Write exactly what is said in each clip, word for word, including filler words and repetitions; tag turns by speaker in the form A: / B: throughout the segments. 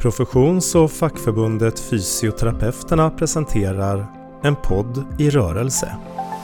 A: Professions- och fackförbundet Fysioterapeuterna presenterar En podd i rörelse.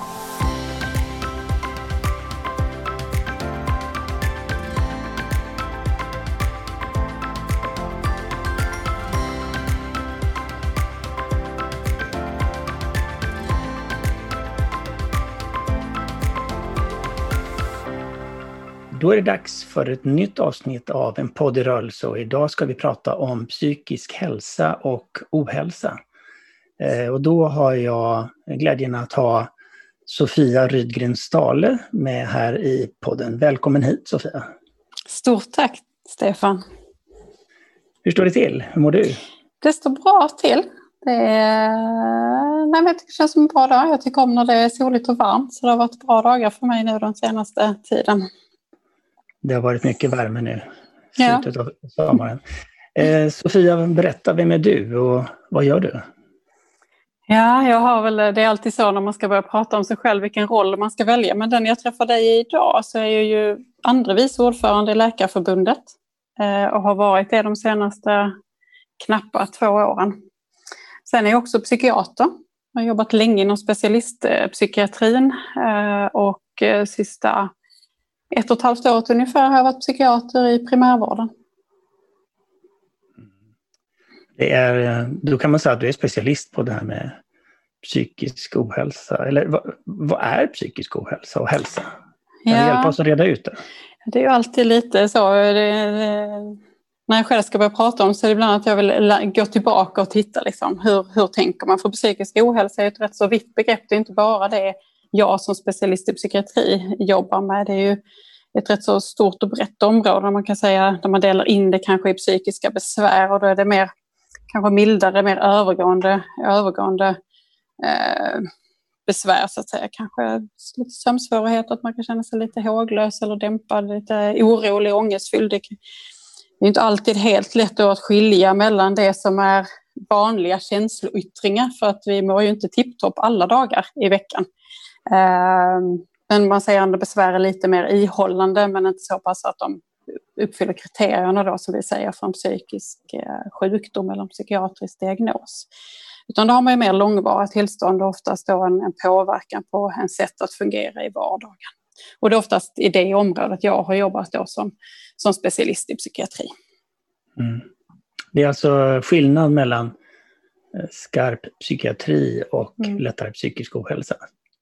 B: Då är det dags för ett nytt avsnitt av En podd i rörelse och idag ska vi prata om psykisk hälsa och ohälsa. Eh, och då har jag glädjen att ha Sofia Rydgren Stale med här i podden. Välkommen hit, Sofia.
C: Stort tack, Stefan.
B: Hur står det till? Hur mår du?
C: Det står bra till. Det, är... Nej, men det känns som en bra dag. Jag tycker om när det är soligt och varmt, så det har varit bra dagar för mig nu den senaste tiden.
B: Det har varit mycket värme nu,
C: ja.
B: slutet av sommaren. Eh, Sofia, berätta, vem är du och vad gör du?
C: Ja, jag har väl, det är alltid så när man ska börja prata om sig själv vilken roll man ska välja. Men den jag träffar dig i idag så är jag ju andre vice ordförande i Läkarförbundet eh, och har varit det de senaste knappa två åren. Sen är jag också psykiater. Jag har jobbat länge inom specialistpsykiatrin eh, och eh, sista ett och ett halvt år ungefär har jag varit psykiater i primärvården.
B: Det är, då kan man säga att du är specialist på det här med psykisk ohälsa. Eller vad, vad är psykisk ohälsa och hälsa? Kan
C: ja.
B: du hjälpa oss att reda ut det?
C: Det är ju alltid lite så. Det, det, när jag själv ska börja prata om så är det ibland att jag vill gå tillbaka och titta liksom, hur, hur tänker man? För psykisk ohälsa är ett rätt så vitt begrepp. Det är inte bara det jag som specialist i psykiatri jobbar med. Det är ju ett rätt så stort och brett område, man kan säga, där man delar in det kanske i psykiska besvär, och då är det mer kanske mildare, mer övergående, övergående eh, besvär så att säga. Kanske lite sömnsvårigheter, att man kan känna sig lite håglös eller dämpad, lite orolig, ångestfylld. Det är inte alltid helt lätt att skilja mellan det som är vanliga känsloyttringar, för att vi mår ju inte tipptopp alla dagar i veckan. Eh, Men man säger att besvär är lite mer ihållande, men inte så pass att de uppfyller kriterierna då, som vi säger, för en psykisk sjukdom eller en psykiatrisk diagnos. Utan då har man ju mer långvariga tillstånd och oftast då en, en påverkan på en sätt att fungera i vardagen. Och det är oftast i det området jag har jobbat då som, som specialist i psykiatri.
B: Mm. Det är alltså skillnad mellan skarp psykiatri och mm. lättare psykisk ohälsa.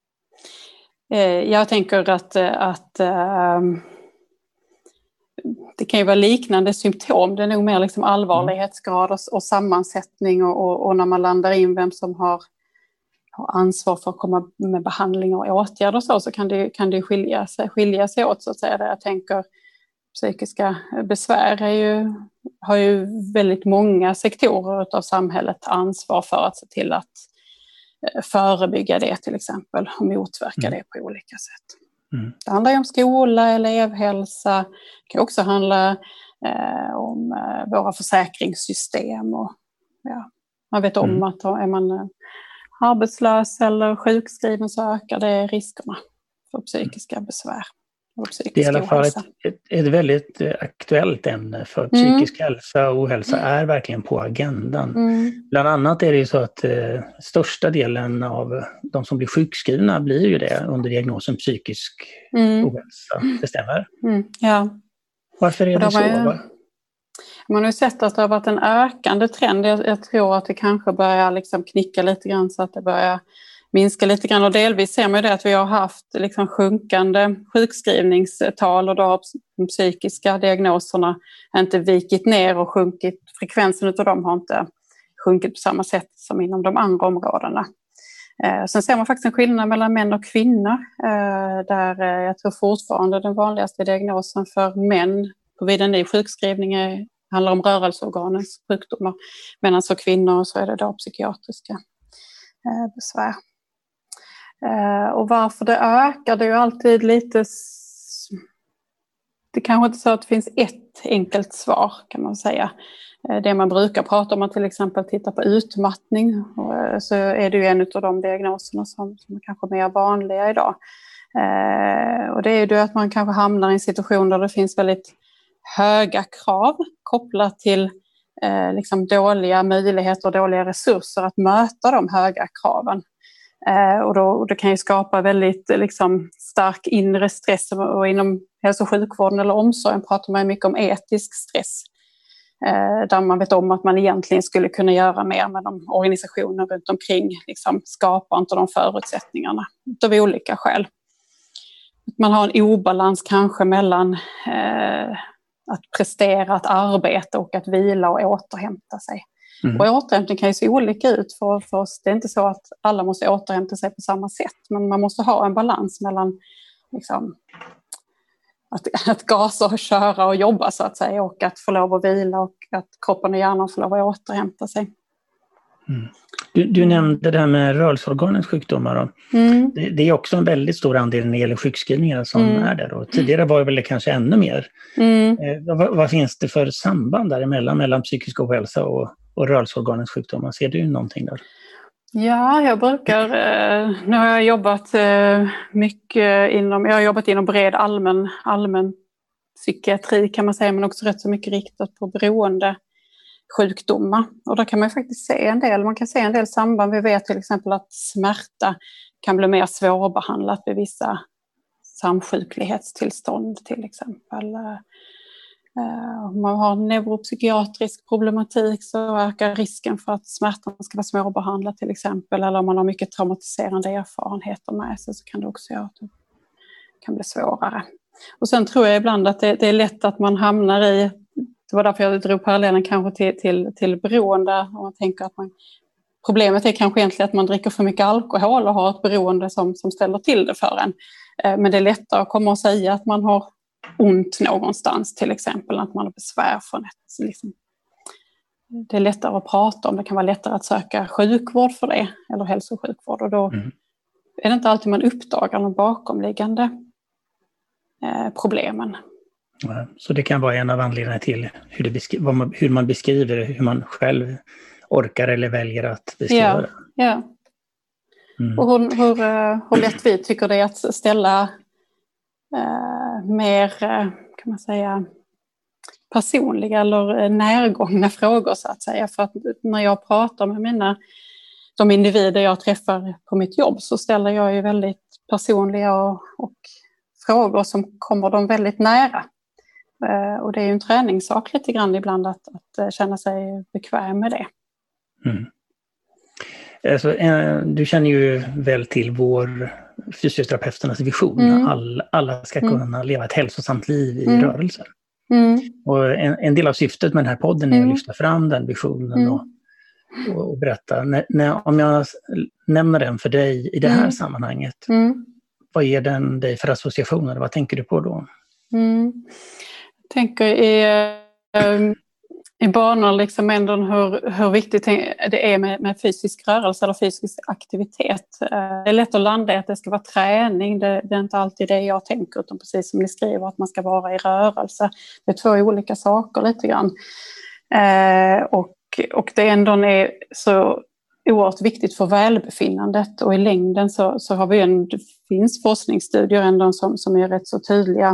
C: Jag tänker att, att ähm, det kan ju vara liknande symptom. Det är nog mer liksom allvarlighetsgrad och, och sammansättning och, och, och när man landar in vem som har, har ansvar för att komma med behandling och åtgärder och så, så kan det, kan det skilja, sig, skilja sig åt så att säga. Där jag tänker psykiska besvär är ju, har ju väldigt många sektorer av samhället ansvar för att se till att förebygga det till exempel och motverka mm. det på olika sätt. Mm. Det handlar ju om skola, elevhälsa, det kan också handla eh, om eh, våra försäkringssystem och ja, man vet om mm. att är man eh, arbetslös eller sjukskriven så ökar det riskerna för psykiska mm. besvär.
B: Det är i alla fall ett, ett, ett väldigt aktuellt ämne, för psykisk mm. hälsa och ohälsa är verkligen på agendan. Mm. Bland annat är det ju så att eh, största delen av de som blir sjukskrivna blir ju det under diagnosen psykisk mm. ohälsa. Det stämmer? Mm.
C: Ja.
B: Varför är det så?
C: Ju, man har ju sett att det har varit en ökande trend. Jag, jag tror att det kanske börjar liksom knicka lite grann så att det börjar minska lite grann, och delvis ser man ju det att vi har haft liksom sjunkande sjukskrivningstal och då har de psykiska diagnoserna inte vikit ner och sjunkit, frekvensen av dem har inte sjunkit på samma sätt som inom de andra områdena. Eh, sen ser man faktiskt en skillnad mellan män och kvinnor eh, där eh, jag tror fortfarande den vanligaste diagnosen för män vid en ny sjukskrivning är, handlar om rörelseorganens sjukdomar, medan för kvinnor så är det då psykiatriska eh, besvär. Uh, och varför det ökar, det är ju alltid lite, det kanske inte så att det finns ett enkelt svar kan man säga. Uh, det man brukar prata om, att till exempel titta på utmattning, uh, så är det ju en av de diagnoserna som, som är kanske mer vanliga idag. Uh, och det är ju att man kanske hamnar i en situation där det finns väldigt höga krav kopplat till eh, liksom dåliga möjligheter och dåliga resurser att möta de höga kraven. Eh, och, då, och det kan ju skapa väldigt liksom, stark inre stress, och inom hälso- och sjukvården eller omsorgen pratar man mycket om etisk stress. Eh, där man vet om att man egentligen skulle kunna göra mer, med de organisationer runt omkring liksom, skapar inte de förutsättningarna av olika skäl. Man har en obalans kanske mellan eh, att prestera, att arbeta och att vila och återhämta sig. Mm. Och återhämtning kan ju se olika ut för, för oss. Det är inte så att alla måste återhämta sig på samma sätt, men man måste ha en balans mellan liksom, att, att gasa och köra och jobba så att säga, och att få lov att vila och att kroppen och hjärnan får lov att återhämta sig.
B: Mm. Du, du nämnde det här med rörelseorganens sjukdomar. Då. Mm. Det, det är också en väldigt stor andel när det gäller sjukskrivningar som mm. är där. Och tidigare var det väl kanske ännu mer. Mm. Eh, vad, vad finns det för samband däremellan, mellan psykisk ohälsa och, och rörelseorganens sjukdomar? Ser du någonting där?
C: Ja, jag brukar, eh, nu har jag jobbat eh, mycket inom, jag har jobbat inom bred allmän, allmän psykiatri kan man säga, men också rätt så mycket riktat på beroende sjukdomar. Och där kan man faktiskt se en del, man kan se en del samband. Vi vet till exempel att smärta kan bli mer svårbehandlat vid vissa samsjuklighetstillstånd till exempel. Om man har neuropsykiatrisk problematik så ökar risken för att smärtan ska vara svårbehandlad till exempel. Eller om man har mycket traumatiserande erfarenheter med sig så kan det också göra att det kan bli svårare. Och sen tror jag ibland att det, det är lätt att man hamnar i, det var därför jag drog parallellen kanske till, till, till beroende. Om man tänker att man, problemet är kanske egentligen att man dricker för mycket alkohol och har ett beroende som, som ställer till det för en. Men det är lättare att komma och säga att man har ont någonstans till exempel, att man har besvär från ett, liksom, det är lättare att prata om, det kan vara lättare att söka sjukvård för det, eller hälso- och sjukvård, och då mm. är det inte alltid man uppdagar de bakomliggande eh, problemen.
B: Ja, så det kan vara en av anledningarna till hur, det beskri- vad man, hur man beskriver det, hur man själv orkar eller väljer att beskriva
C: ja,
B: det.
C: Ja. Mm. Och hur, hur, hur lätt vi tycker det är att ställa Uh, mer, uh, kan man säga, personliga eller närgångna frågor så att säga. För att när jag pratar med mina, de individer jag träffar på mitt jobb så ställer jag ju väldigt personliga och, och frågor som kommer dem väldigt nära. Uh, och det är ju en träningssak lite grann ibland att, att känna sig bekväm med det.
B: Mm. Alltså, du känner ju väl till vår fysioterapeuternas vision. Mm. All, alla ska kunna mm. leva ett hälsosamt liv i mm. rörelse. Mm. Och en, en del av syftet med den här podden är mm. att lyfta fram den visionen mm. och, och, och berätta. När, när, om jag nämner den för dig i det här mm. sammanhanget, mm. vad ger den dig för associationer? Vad tänker du på då?
C: Mm. Jag tänker i... Um... I banor liksom ändå hur, hur viktigt det är med, med fysisk rörelse eller fysisk aktivitet. Det är lätt att landa i att det ska vara träning. Det, det är inte alltid det jag tänker, utan precis som ni skriver att man ska vara i rörelse. Det är två olika saker lite grann. Eh, och, och det ändå är så oerhört viktigt för välbefinnandet. Och i längden så, så har vi en, det finns forskningsstudier ändå som, som är rätt så tydliga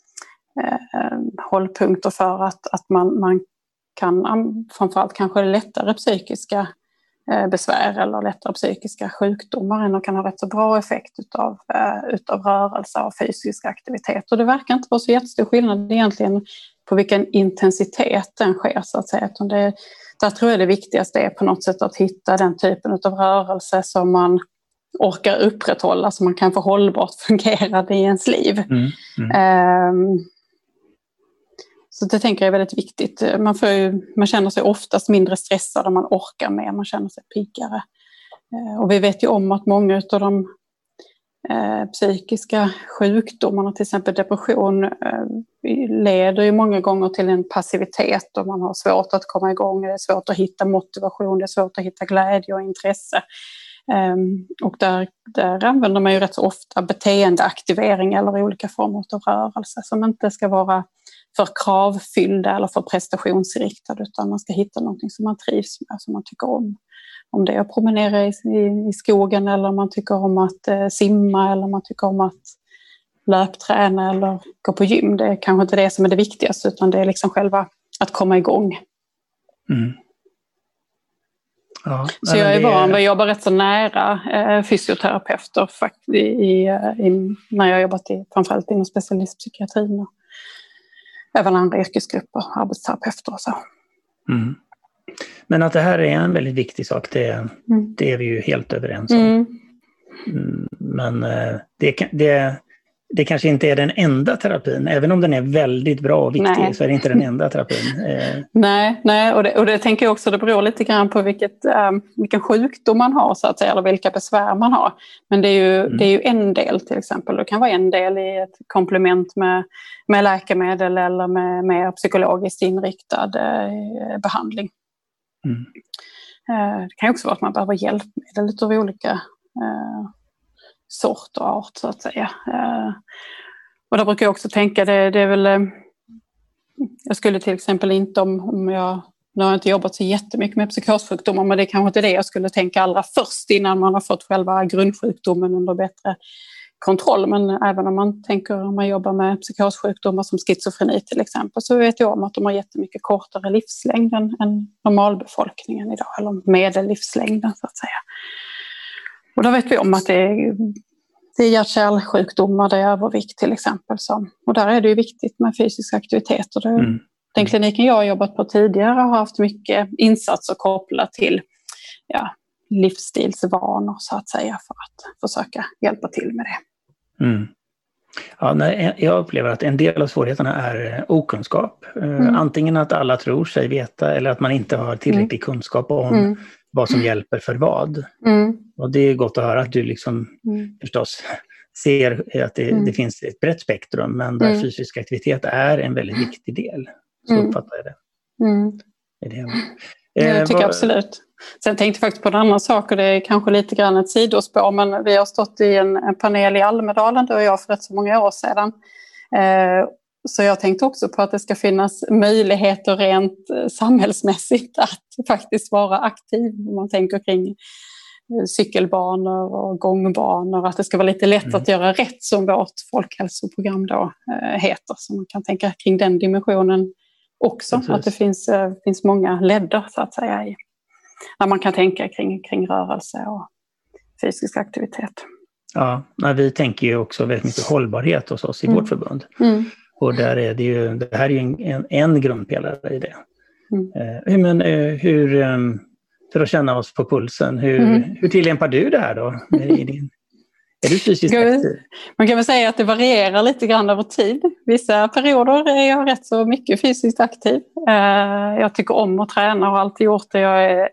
C: eh, hållpunkter för att, att man, man kan framförallt kanske lättare psykiska eh, besvär eller lättare psykiska sjukdomar än och kan ha rätt så bra effekt utav, eh, utav rörelse och fysisk aktivitet. Och det verkar inte vara så jättestor skillnad egentligen på vilken intensitet den sker så att säga. Utan det, där tror jag det viktigaste är på något sätt att hitta den typen av rörelse som man orkar upprätthålla, så man kan få hållbart fungerande i ens liv. Mm, mm. Um, Så det tänker jag är väldigt viktigt. Man, får ju, man känner sig oftast mindre stressad och man orkar mer, man känner sig piggare. Och vi vet ju om att många av de eh, psykiska sjukdomarna, till exempel depression, eh, leder ju många gånger till en passivitet och man har svårt att komma igång, det är svårt att hitta motivation, det är svårt att hitta glädje och intresse. Um, och där, där använder man ju rätt så ofta beteendeaktivering eller olika former av rörelse som inte ska vara för kravfyllda eller för prestationsriktade, utan man ska hitta någonting som man trivs med, som man tycker om. Om det är att promenera i, i, i skogen, eller om man tycker om att eh, simma, eller om man tycker om att löpträna eller gå på gym. Det är kanske inte det som är det viktigaste, utan det är liksom själva att komma igång.
B: Mm. Ja,
C: så jag är det... van vid att jobba rätt så nära eh, fysioterapeuter fakt- i, i, i, när jag har jobbat i, framförallt inom specialistpsykiatrin och även andra yrkesgrupper, arbetsterapeuter och så.
B: Mm. Men att det här är en väldigt viktig sak, det, mm. det är vi ju helt överens om.
C: Mm.
B: Mm, men det, det, det kanske inte är den enda terapin, även om den är väldigt bra och viktig, nej. Så är det inte den enda terapin.
C: Nej, nej och, det, och det tänker jag också, det beror lite grann på vilket, um, vilken sjukdom man har så att säga, eller vilka besvär man har. Men det är ju, mm. det är ju en del till exempel, det kan vara en del i ett komplement med, med läkemedel eller med mer psykologiskt inriktad eh, behandling.
B: Mm.
C: Eh, det kan också vara att man behöver hjälpmedel lite av olika eh, sort och art så att säga. Eh, och där brukar jag också tänka, det, det är väl, eh, jag skulle till exempel inte om, om jag, nu har jag inte jobbat så jättemycket med psykossjukdomar, men det är kanske inte det jag skulle tänka allra först innan man har fått själva grundsjukdomen under bättre kontroll. Men även om man tänker, om man jobbar med psykossjukdomar som schizofreni till exempel, så vet jag om att de har jättemycket kortare livslängd än, än normalbefolkningen idag, eller medellivslängden så att säga. Och då vet vi om att det är, det är hjärt-kärlsjukdomar, det är övervikt till exempel. Som, och där är det ju viktigt med fysisk aktivitet. Och det, mm. Den kliniken jag har jobbat på tidigare har haft mycket insatser kopplat till ja, livsstilsvanor så att säga, för att försöka hjälpa till med det.
B: Mm. Ja, nej, jag upplever att en del av svårigheterna är okunskap. Mm. Antingen att alla tror sig veta eller att man inte har tillräcklig mm. kunskap om mm. vad som hjälper för vad.
C: Mm.
B: Och det är gott att höra att du liksom mm. förstås ser att det, mm. det finns ett brett spektrum, men där mm. fysisk aktivitet är en väldigt viktig del. Så
C: mm.
B: uppfattar jag det.
C: Mm.
B: Är det
C: eh, jag tycker vad... absolut. Sen tänkte jag faktiskt på en annan sak, och det är kanske lite grann ett sidospår, men vi har stått i en, en panel i Almedalen, då jag för rätt så många år sedan. Eh, så jag tänkte också på att det ska finnas möjligheter rent eh, samhällsmässigt att faktiskt vara aktiv. Om man tänker kring eh, cykelbanor och gångbanor, att det ska vara lite lätt mm. att göra rätt, som vårt folkhälsoprogram då eh, heter. Så man kan tänka kring den dimensionen också. Precis. Att det finns, eh, finns många ledder så att säga i när man kan tänka kring, kring rörelse och fysisk aktivitet.
B: Ja, vi tänker ju också väldigt mycket hållbarhet hos oss i mm. vårt förbund.
C: Mm.
B: Och där är det ju, det här är ju en, en grundpelare i det.
C: Mm.
B: Eh, men eh, hur, för att känna oss på pulsen, hur, mm. hur tillämpar du det här då? I din, är du fysiskt aktiv?
C: Man kan väl säga att det varierar lite grann över tid. Vissa perioder är jag rätt så mycket fysiskt aktiv. Jag tycker om att träna och har alltid gjort det. Jag, är,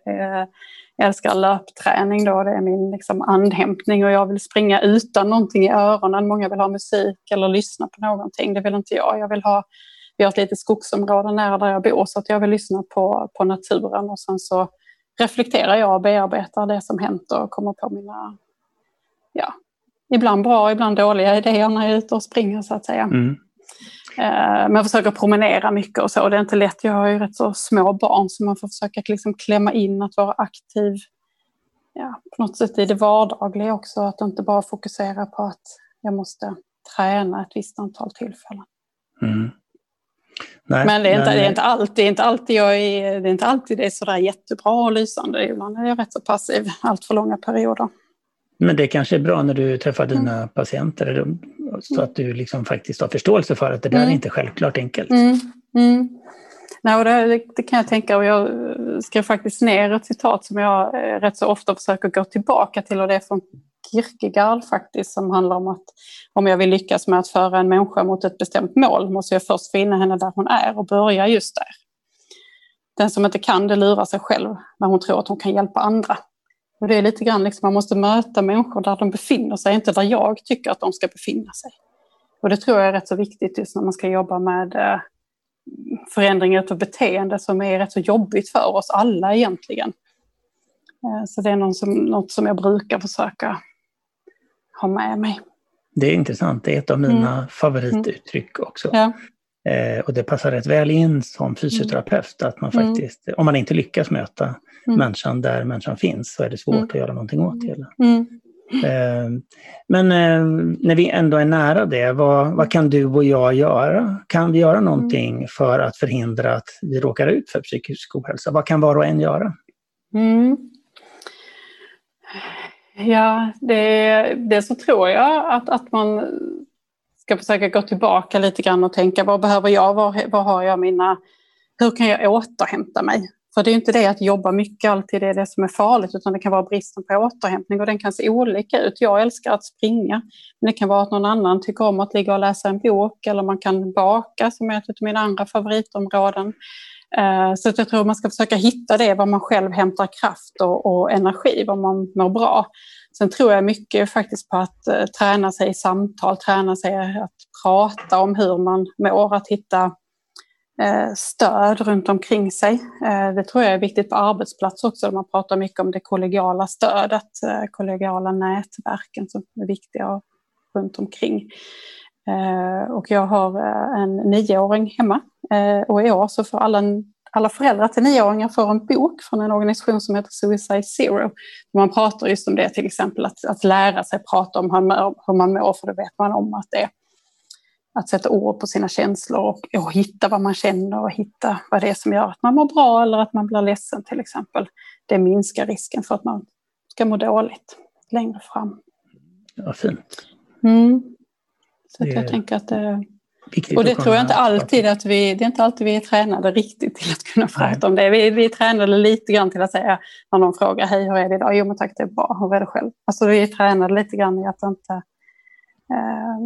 C: jag älskar löpträning då. Det är min liksom andhämtning, och jag vill springa utan någonting i öronen. Många vill ha musik eller lyssna på någonting. Det vill inte jag. Jag vill ha, vi har ett litet skogsområde nära där jag bor, så att jag vill lyssna på, på naturen, och sen så reflekterar jag och bearbetar det som hänt och kommer på mina ja, ibland bra, ibland dåliga idéer när jag är ute och springer så att säga.
B: Mm.
C: Men jag försöker promenera mycket och så, och det är inte lätt. Jag har ju rätt så små barn, så man får försöka liksom klämma in att vara aktiv ja, på något sätt i det vardagliga också. Att inte bara fokusera på att jag måste träna ett visst antal tillfällen.
B: Mm. Nej,
C: men det är, inte,
B: men...
C: det är inte alltid, det är inte alltid jag är, det är inte alltid det är sådär jättebra och lysande. Ibland är jag rätt så passiv allt för långa perioder.
B: Men det kanske är bra när du träffar dina mm. patienter, så att du liksom faktiskt har förståelse för att det där mm. är inte självklart enkelt.
C: Mm. Mm. Nej, och det, det kan jag tänka, och jag skrev faktiskt ner ett citat som jag rätt så ofta försöker gå tillbaka till, och det är från Kierkegaard faktiskt, som handlar om att om jag vill lyckas med att föra en människa mot ett bestämt mål, måste jag först finna henne där hon är och börja just där. Den som inte kan det lurar sig själv när hon tror att hon kan hjälpa andra. Och det är lite grann liksom, man måste möta människor där de befinner sig, inte där jag tycker att de ska befinna sig. Och det tror jag är rätt så viktigt just när man ska jobba med eh, förändringar av beteende som är rätt så jobbigt för oss alla egentligen. Eh, så det är något som, något som jag brukar försöka ha med mig.
B: Det är intressant, det är ett av mina mm. favorituttryck också.
C: Ja.
B: Eh, och det passar rätt väl in som fysioterapeut, att man faktiskt, om man inte lyckas möta mm. människan där människan finns, så är det svårt mm. att göra någonting åt det.
C: Mm.
B: Men när vi ändå är nära det, vad, vad kan du och jag göra? Kan vi göra någonting för att förhindra att vi råkar ut för psykisk ohälsa? Vad kan var och en göra?
C: Mm. Ja, det, det så tror jag att, att man ska försöka gå tillbaka lite grann och tänka, vad behöver jag, vad, vad har jag mina, hur kan jag återhämta mig? För det är inte det att jobba mycket alltid det är det som är farligt, utan det kan vara bristen på återhämtning och den kan se olika ut. Jag älskar att springa, men det kan vara att någon annan tycker om att ligga och läsa en bok, eller man kan baka som är ett av mina andra favoritområden. Så att jag tror man ska försöka hitta det, var man själv hämtar kraft och, och energi, var man mår bra. Sen tror jag mycket faktiskt på att uh, träna sig i samtal, träna sig att prata om hur man mår, att hitta uh, stöd runt omkring sig. Uh, det tror jag är viktigt på arbetsplats också, man pratar mycket om det kollegiala stödet, uh, kollegiala nätverken som är viktiga runt omkring. Uh, och jag har uh, en nioåring hemma uh, och i år så får alla, alla föräldrar till nioåringar får en bok från en organisation som heter Suicide Zero. Man pratar just om det, till exempel att, att lära sig prata om hur man, hur man mår, för då vet man om att det är att sätta ord på sina känslor och, och hitta vad man känner och hitta vad det är som gör att man mår bra eller att man blir ledsen till exempel. Det minskar risken för att man ska må dåligt längre fram.
B: Ja, fint.
C: Mm. Så att jag tänker att det, och det tror jag inte alltid att vi, det är inte alltid vi är tränade riktigt till att kunna prata om det. Vi, vi är tränade lite grann till att säga när någon frågar, hej hur är det idag? Jo men tack, det är bra, hur är det själv? Alltså vi är tränade lite grann i att inte eh,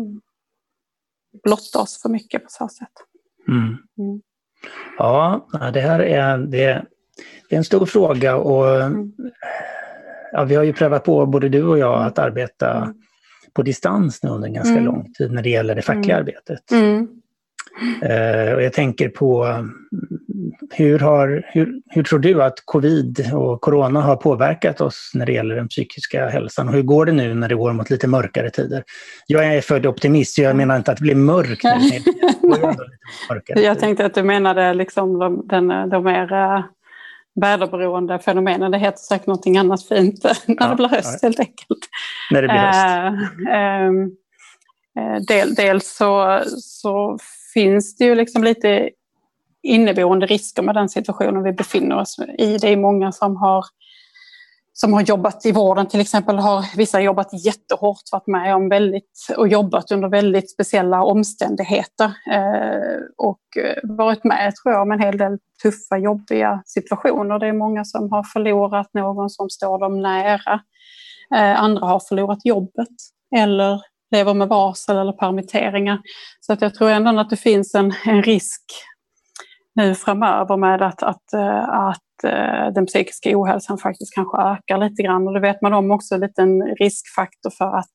C: blotta oss för mycket på så sätt.
B: Mm. Mm. Ja, det här är, det, det är en stor fråga och mm. ja, vi har ju prövat på, både du och jag, att arbeta mm. på distans nu under en ganska mm. lång tid när det gäller det fackliga mm. arbetet. Mm. Uh, och jag tänker på hur, har, hur, hur tror du att covid och corona har påverkat oss när det gäller den psykiska hälsan? Och hur går det nu när det går mot lite mörkare tider? Jag är född optimist, jag menar inte att det blir mörkt.
C: Nu. Jag tänkte att du menade liksom de, den, de mer uh, väderberoende fenomenen. Det heter säkert någonting annat fint när ja, det blir höst ja. helt enkelt.
B: När det blir höst.
C: Uh, uh, uh, del, dels så, så finns det ju liksom lite inneboende risker med den situationen vi befinner oss i. Det är många som har, som har jobbat i vården till exempel, har vissa jobbat jättehårt, varit med om väldigt och jobbat under väldigt speciella omständigheter eh, och varit med tror jag om en hel del tuffa, jobbiga situationer. Det är många som har förlorat någon som står dem nära. Eh, andra har förlorat jobbet eller lever med varsel eller permitteringar. Så att jag tror ändå att det finns en, en risk nu framöver med att, att, att den psykiska ohälsan faktiskt kanske ökar lite grann. Och det vet man om också, en liten riskfaktor för att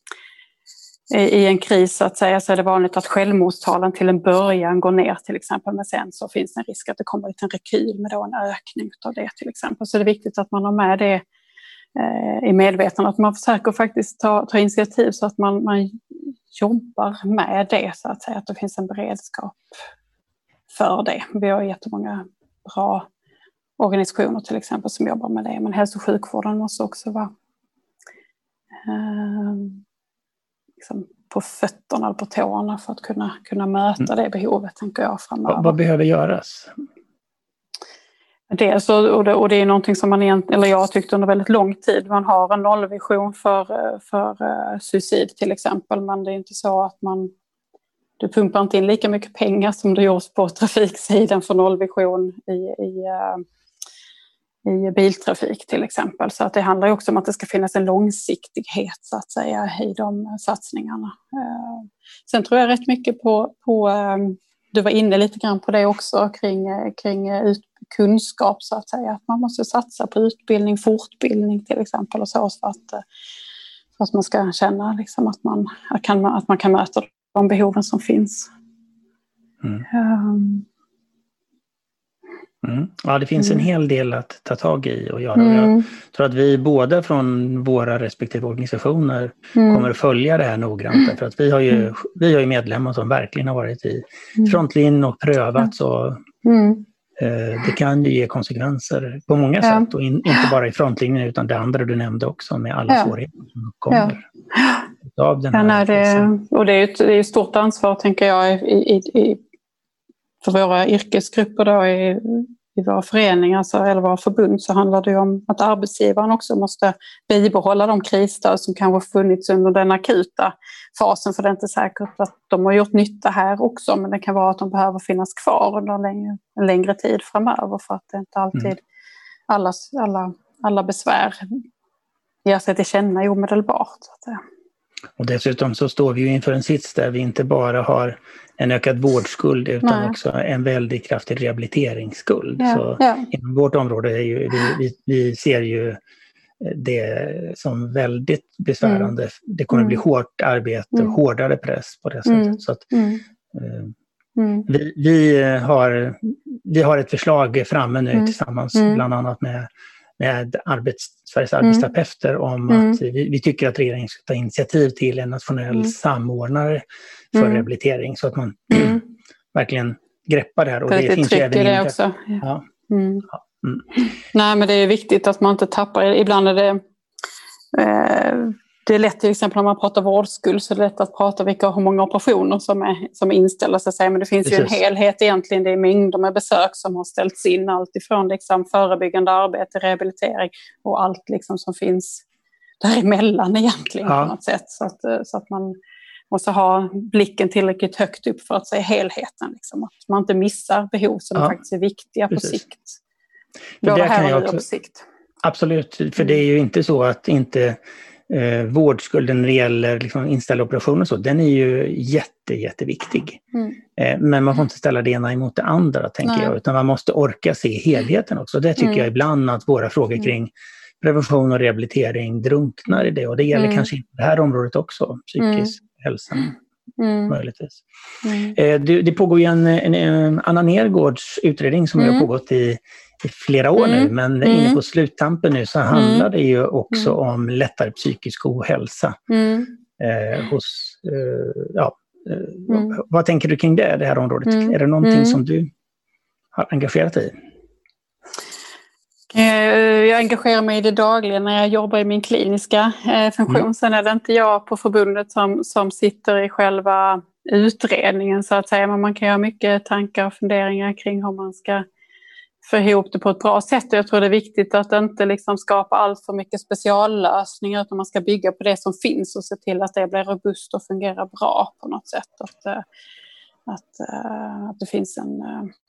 C: i en kris så att säga så är det vanligt att självmordstalen till en början går ner till exempel, men sen så finns det en risk att det kommer en rekyl med då en ökning av det till exempel. Så det är viktigt att man har med det eh, i medvetande, att man försöker faktiskt ta, ta initiativ så att man, man jobbar med det så att säga, att det finns en beredskap för det. Vi har jättemånga bra organisationer till exempel som jobbar med det, men hälso- och sjukvården måste också vara eh, liksom på fötterna eller på tårna för att kunna, kunna möta det behovet, tänker jag framöver.
B: Vad, vad behöver göras?
C: Det, så, och, det, och det är någonting som man egentligen, eller jag har tyckt under väldigt lång tid. Man har en nollvision för, för uh, suicid till exempel, men det är inte så att man du pumpar inte in lika mycket pengar som det görs på trafiksidan för nollvision i, i, uh, i biltrafik till exempel. Så att det handlar ju också om att det ska finnas en långsiktighet så att säga i de satsningarna. Uh, sen tror jag rätt mycket på, på um, du var inne lite grann på det också kring, kring ut, kunskap så att säga. Att man måste satsa på utbildning, fortbildning till exempel och så för att, för att man ska känna liksom att, man, att, kan, att man kan möta de behoven som finns.
B: Mm. Um. Mm. Ja, det finns mm. en hel del att ta tag i och göra. Mm. Jag tror att vi båda från våra respektive organisationer mm. kommer att följa det här noggrant. För att vi har ju, mm. vi har ju medlemmar som verkligen har varit i frontlinjen och prövat. Så
C: mm.
B: det kan ju ge konsekvenser på många ja. sätt och in, inte bara i frontlinjen utan det andra du nämnde också med alla ja. svårigheter som kommer ja. av den här. Ja, nej,
C: det, och det är ett, det är ett stort ansvar tänker jag i, i, i, för våra yrkesgrupper då i, i våra föreningar så, eller våra förbund så handlar det om att arbetsgivaren också måste bibehålla de krisstöd som kanske funnits under den akuta fasen för det är inte säkert att de har gjort nytta här också men det kan vara att de behöver finnas kvar under en längre, en längre tid framöver för att det inte alltid mm. alla, alla, alla besvär ger sig till känna omedelbart.
B: Och dessutom så står vi ju inför en sits där vi inte bara har en ökad vårdskuld utan Nej. också en väldigt kraftig rehabiliteringsskuld. Ja, så ja. inom vårt område är ju, vi, vi, vi ser ju det som väldigt besvärande. Mm. Det kommer mm. bli hårt arbete och mm. hårdare press på det sättet. Mm. Så att, mm. Eh, mm. vi, vi, har, vi har ett förslag framme nu mm. tillsammans mm. bland annat med med arbets, Sveriges arbetsterapeuter mm. om att vi, vi tycker att regeringen ska ta initiativ till en nationell mm. samordnare för mm. rehabilitering så att man mm. verkligen greppar det här. Och
C: det,
B: det finns ju även
C: det också. Ja.
B: Ja.
C: Mm. Ja. Mm. Nej, men det är viktigt att man inte tappar. Ibland är det eh, det är lätt till exempel när man pratar vårdskuld så är det lätt att prata vilka hur många operationer som är, som är inställda så att säga. Men det finns Precis. ju en helhet egentligen. Det är mängder med besök som har ställts in. Allt ifrån liksom förebyggande arbete, rehabilitering och allt liksom som finns däremellan egentligen ja. på något sätt. Så att, så att man måste ha blicken tillräckligt högt upp för att se helheten. Liksom. Att man inte missar behov som ja. faktiskt är viktiga Precis. på sikt. Både här och också, på sikt.
B: Absolut, för det är ju inte så att inte eh, vårdskulden när det gäller liksom, inställda operationer och så, den är ju jätte, jätteviktig. Mm. Eh, men man får inte ställa det ena emot det andra, tänker Nej. jag, utan man måste orka se helheten också. Det tycker mm. jag ibland att våra frågor mm. kring prevention och rehabilitering drunknar i det, och det gäller mm. kanske inte det här området också, psykisk mm. hälsa. Mm. Möjligtvis. Mm. Eh, det, det pågår ju en, en, en Anna Nergårds utredning som mm. har pågått i, i flera år mm. nu, men mm. inne på sluttampen nu så handlar mm. det ju också mm. om lättare psykisk ohälsa mm. eh, hos, eh, ja, eh, mm. vad, vad tänker du kring det, det här området? Mm. Är det någonting mm. som du har engagerat dig i?
C: Jag engagerar mig i det dagligen när jag jobbar i min kliniska funktion. Mm. Sen är det inte jag på förbundet som, som sitter i själva utredningen så att säga. Men man kan göra mycket tankar och funderingar kring hur man ska få ihop det på ett bra sätt. Och jag tror det är viktigt att inte liksom skapa allt för mycket speciallösningar utan man ska bygga på det som finns och se till att det blir robust och fungerar bra på något sätt. Att, att, att det finns en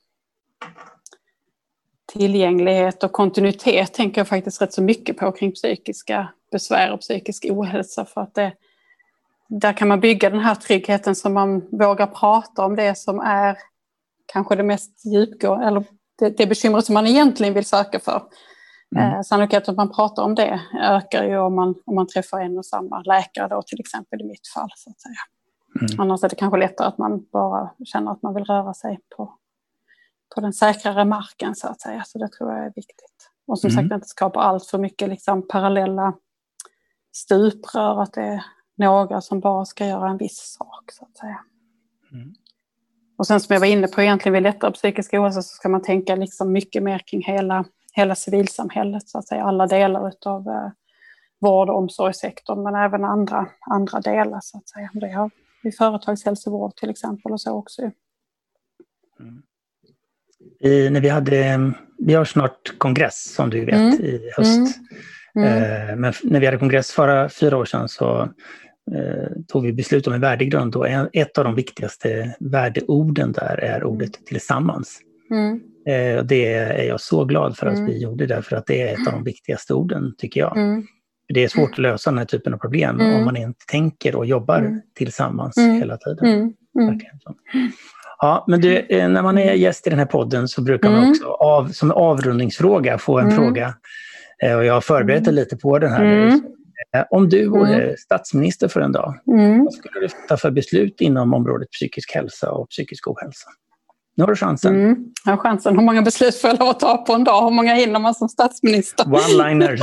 C: tillgänglighet och kontinuitet tänker jag faktiskt rätt så mycket på kring psykiska besvär och psykisk ohälsa, för att det, där kan man bygga den här tryggheten som man vågar prata om det som är kanske det mest djupgående eller det, det bekymmer som man egentligen vill söka för. Mm. Eh, sannolikheten att man pratar om det ökar ju om man, om man träffar en och samma läkare då, till exempel i mitt fall så att säga. Mm. Annars är det kanske lättare att man bara känner att man vill röra sig på på den säkrare marken så att säga. Så det tror jag är viktigt. Och som mm. sagt inte skapa allt för mycket liksom parallella stuprör, att det är några som bara ska göra en viss sak så att säga. Mm. Och sen som jag var inne på egentligen vid lättare psykisk ohälsa så ska man tänka liksom mycket mer kring hela, hela civilsamhället så att säga. Alla delar utav eh, vård- och omsorgssektorn men även andra, andra delar så att säga. Det har vi företagshälsovård till exempel och så också.
B: Mm. I, när vi hade, vi har snart kongress som du vet mm. i höst. Mm. Mm. Eh, men när vi hade kongress förra fyra år sedan så eh, tog vi beslut om en värdegrund och en, ett av de viktigaste värdeorden där är ordet tillsammans. Mm. Eh, det är jag så glad för att mm. vi gjorde därför att det är ett av de viktigaste orden tycker jag. Mm. Det är svårt att lösa den här typen av problem mm. om man inte tänker och jobbar mm. tillsammans mm. hela tiden. Mm. Mm. Verkligen så. Ja, men du, när man är gäst i den här podden så brukar man mm. också av, som avrundningsfråga få en mm. fråga. Och jag har förberett mm. lite på den här. Mm. Om du vore mm. statsminister för en dag, mm. vad skulle du ta för beslut inom området psykisk hälsa och psykisk ohälsa? Nu har du chansen.
C: Mm. Jag har chansen. Hur många beslut får jag lov att ta på en dag? Hur många hinner man som statsminister?
B: One-liners.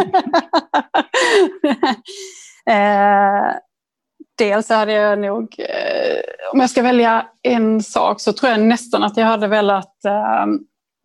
C: eh, dels hade jag nog, eh, om jag ska välja en sak så tror jag nästan att jag hade velat eh,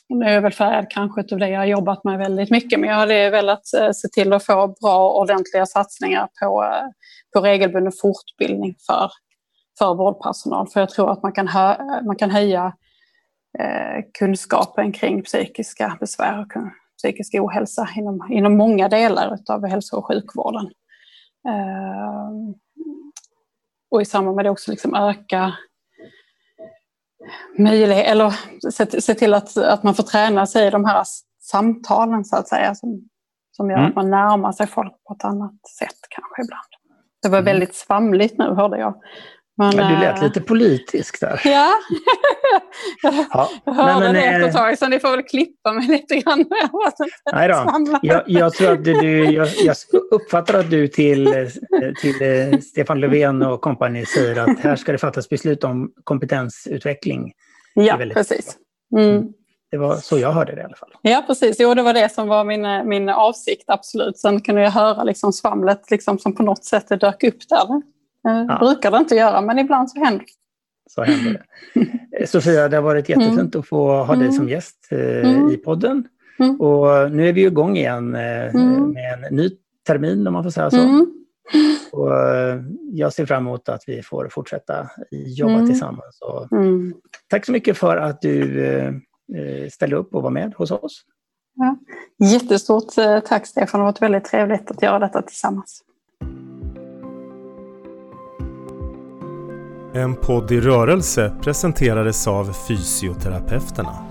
C: Nu är jag väl färgad kanske av det jag har jobbat med väldigt mycket, men jag hade velat se till att få bra ordentliga satsningar på, på regelbunden fortbildning för, för vårdpersonal. För jag tror att man kan, hö, man kan höja eh, kunskapen kring psykiska besvär och psykisk ohälsa inom, inom många delar av hälso- och sjukvården. Eh, och i samband med det också liksom öka möjlighet, eller se, se till att, att man får träna sig i de här samtalen så att säga, som, som gör mm. att man närmar sig folk på ett annat sätt kanske ibland. Det var mm. väldigt svamligt nu, hörde jag. Men,
B: men du lät äh, lite politisk där.
C: Ja,
B: ja.
C: jag hörde
B: men,
C: det
B: men,
C: ett tag, så ni får väl klippa mig lite grann.
B: Nej då. Jag, jag tror att du, jag, jag uppfattar att du till, till Stefan Löfven och kompani säger att här ska det fattas beslut om kompetensutveckling.
C: Ja, precis. Mm.
B: Det var så jag hörde det i alla fall.
C: Ja, precis. Jo, det var det som var min, min avsikt, absolut. Sen kunde jag höra liksom svamlet liksom, som på något sätt dök upp där. Det ja. brukar det inte göra, men ibland så händer det.
B: Så händer det. Sofia, det har varit jättefint mm. att få ha dig som gäst eh, mm. i podden. Mm. Och nu är vi igång igen eh, mm. med en ny termin, om man får säga så. Mm. Och eh, jag ser fram emot att vi får fortsätta jobba mm. tillsammans. Och mm. tack så mycket för att du eh, ställde upp och var med hos oss.
C: Ja. Jättestort eh, tack Stefan, det har varit väldigt trevligt att göra detta tillsammans.
A: En podd i rörelse presenterades av Fysioterapeuterna.